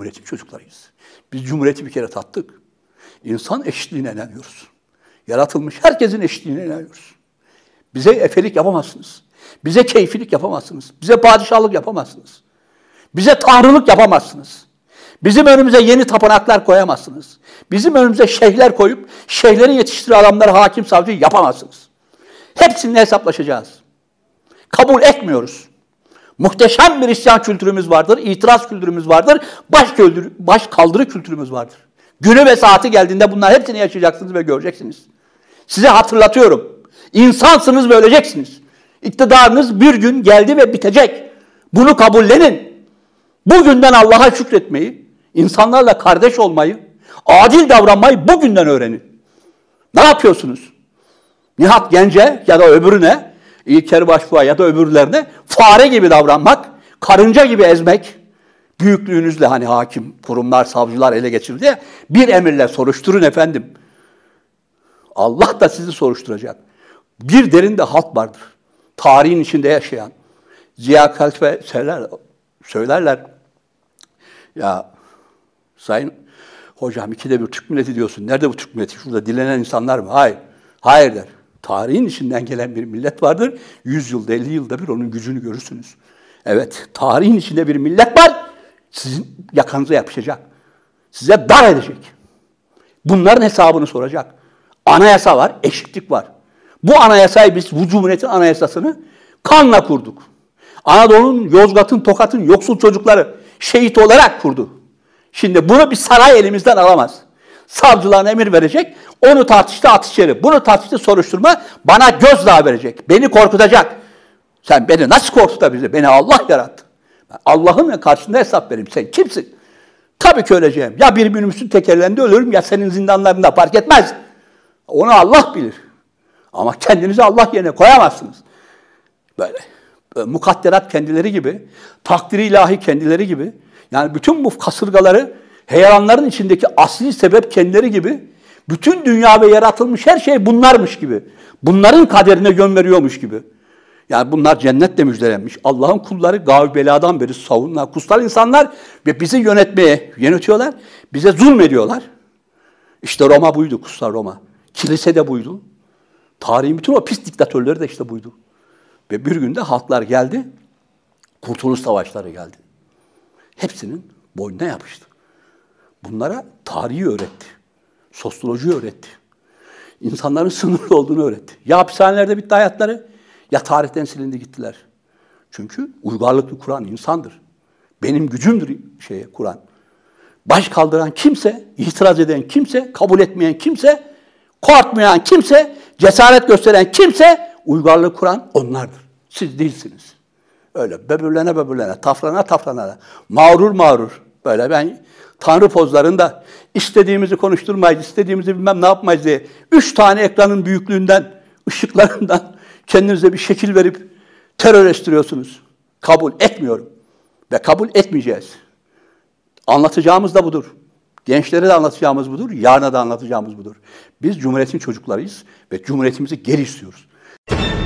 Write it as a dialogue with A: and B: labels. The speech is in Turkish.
A: Cumhuriyet'in çocuklarıyız. Biz Cumhuriyet'i bir kere tattık. İnsan eşitliğine inanıyoruz. Yaratılmış herkesin eşitliğine inanıyoruz. Bize efelik yapamazsınız. Bize keyfilik yapamazsınız. Bize padişahlık yapamazsınız. Bize tanrılık yapamazsınız. Bizim önümüze yeni tapınaklar koyamazsınız. Bizim önümüze şeyhler koyup şeyhlerin yetiştirdiği adamları hakim savcı yapamazsınız. Hepsininle hesaplaşacağız. Kabul etmiyoruz. Muhteşem bir isyan kültürümüz vardır, itiraz kültürümüz vardır, baş kaldırı kültürümüz vardır. Günü ve saati geldiğinde bunlar hepsini yaşayacaksınız ve göreceksiniz. Size hatırlatıyorum. İnsansınız ve öleceksiniz. İktidarınız bir gün geldi ve bitecek. Bunu kabullenin. Bugünden Allah'a şükretmeyi, insanlarla kardeş olmayı, adil davranmayı bugünden öğrenin. Ne yapıyorsunuz? Nihat Gence ya da öbürüne, İlker Başbuğ'a ya da öbürlerine fare gibi davranmak, karınca gibi ezmek, büyüklüğünüzle hani hakim, kurumlar, savcılar ele geçirdi ya, bir emirle soruşturun efendim. Allah da sizi soruşturacak. Bir derinde halk vardır. Tarihin içinde yaşayan. Ziya Kalfe söylerler. Ya sayın hocam 2'de 1 Türk milleti diyorsun. Nerede bu Türk milleti? Şurada dilenen insanlar mı? Hayır. Hayır der. Tarihin içinden gelen bir millet vardır. 100 yılda 50 yılda bir onun gücünü görürsünüz. Evet. Tarihin içinde bir millet var. Sizin yakanıza yapışacak. Size dar edecek. Bunların hesabını soracak. Anayasa var. Eşitlik var. Bu anayasayı biz, bu Cumhuriyet'in anayasasını kanla kurduk. Anadolu'nun, Yozgat'ın, Tokat'ın yoksul çocukları şehit olarak kurdu. Şimdi bunu bir saray elimizden alamaz. Savcılarına emir verecek, onu tartıştı at içeri, bunu tartıştı soruşturma, bana gözdağı verecek, beni korkutacak. Sen beni nasıl korkutabilirsin? Beni Allah yarattı. Allah'ın karşısında hesap vereyim. Sen kimsin? Tabii ki öleceğim. Ya bir minibüsün tekerlerinde ölürüm ya senin zindanlarında fark etmez. Onu Allah bilir. Ama kendinizi Allah yerine koyamazsınız. Böyle mukadderat kendileri gibi, takdiri ilahi kendileri gibi, yani bütün bu kasırgaları, heyelanların içindeki asli sebep kendileri gibi, bütün dünya ve yaratılmış her şey bunlarmış gibi, bunların kaderine yön veriyormuş gibi. Yani bunlar cennetle müjdelenmiş. Allah'ın kulları gavi beladan beri savunulan kutsal insanlar ve bizi yönetiyorlar, bize zulmediyorlar. İşte Roma buydu, kutsal Roma. Kilise de buydu. Tarihin bütün o pis diktatörleri de işte buydu. Ve bir günde halklar geldi, Kurtuluş Savaşları geldi. Hepsinin boynuna yapıştı. Bunlara tarihi öğretti, sosyoloji öğretti. İnsanların sınırlı olduğunu öğretti. Ya hapishanelerde bitti hayatları, ya tarihten silindi gittiler. Çünkü uygarlıklı kuran insandır. Benim gücümdür Kur'an. Baş kaldıran kimse, itiraz eden kimse, kabul etmeyen kimse, korkmayan kimse, cesaret gösteren kimse, uygarlığı kuran onlardır. Siz değilsiniz. Öyle böbürlene, taflana, mağrur. Böyle ben tanrı pozlarında istediğimizi konuşturmayız, istediğimizi bilmem ne yapmayız diye 3 tane ekranın büyüklüğünden, ışıklarından kendinize bir şekil verip terör estiriyorsunuz. Kabul etmiyorum ve kabul etmeyeceğiz. Anlatacağımız da budur. Gençlere de anlatacağımız budur, yarına da anlatacağımız budur. Biz Cumhuriyet'in çocuklarıyız ve Cumhuriyetimizi geri istiyoruz.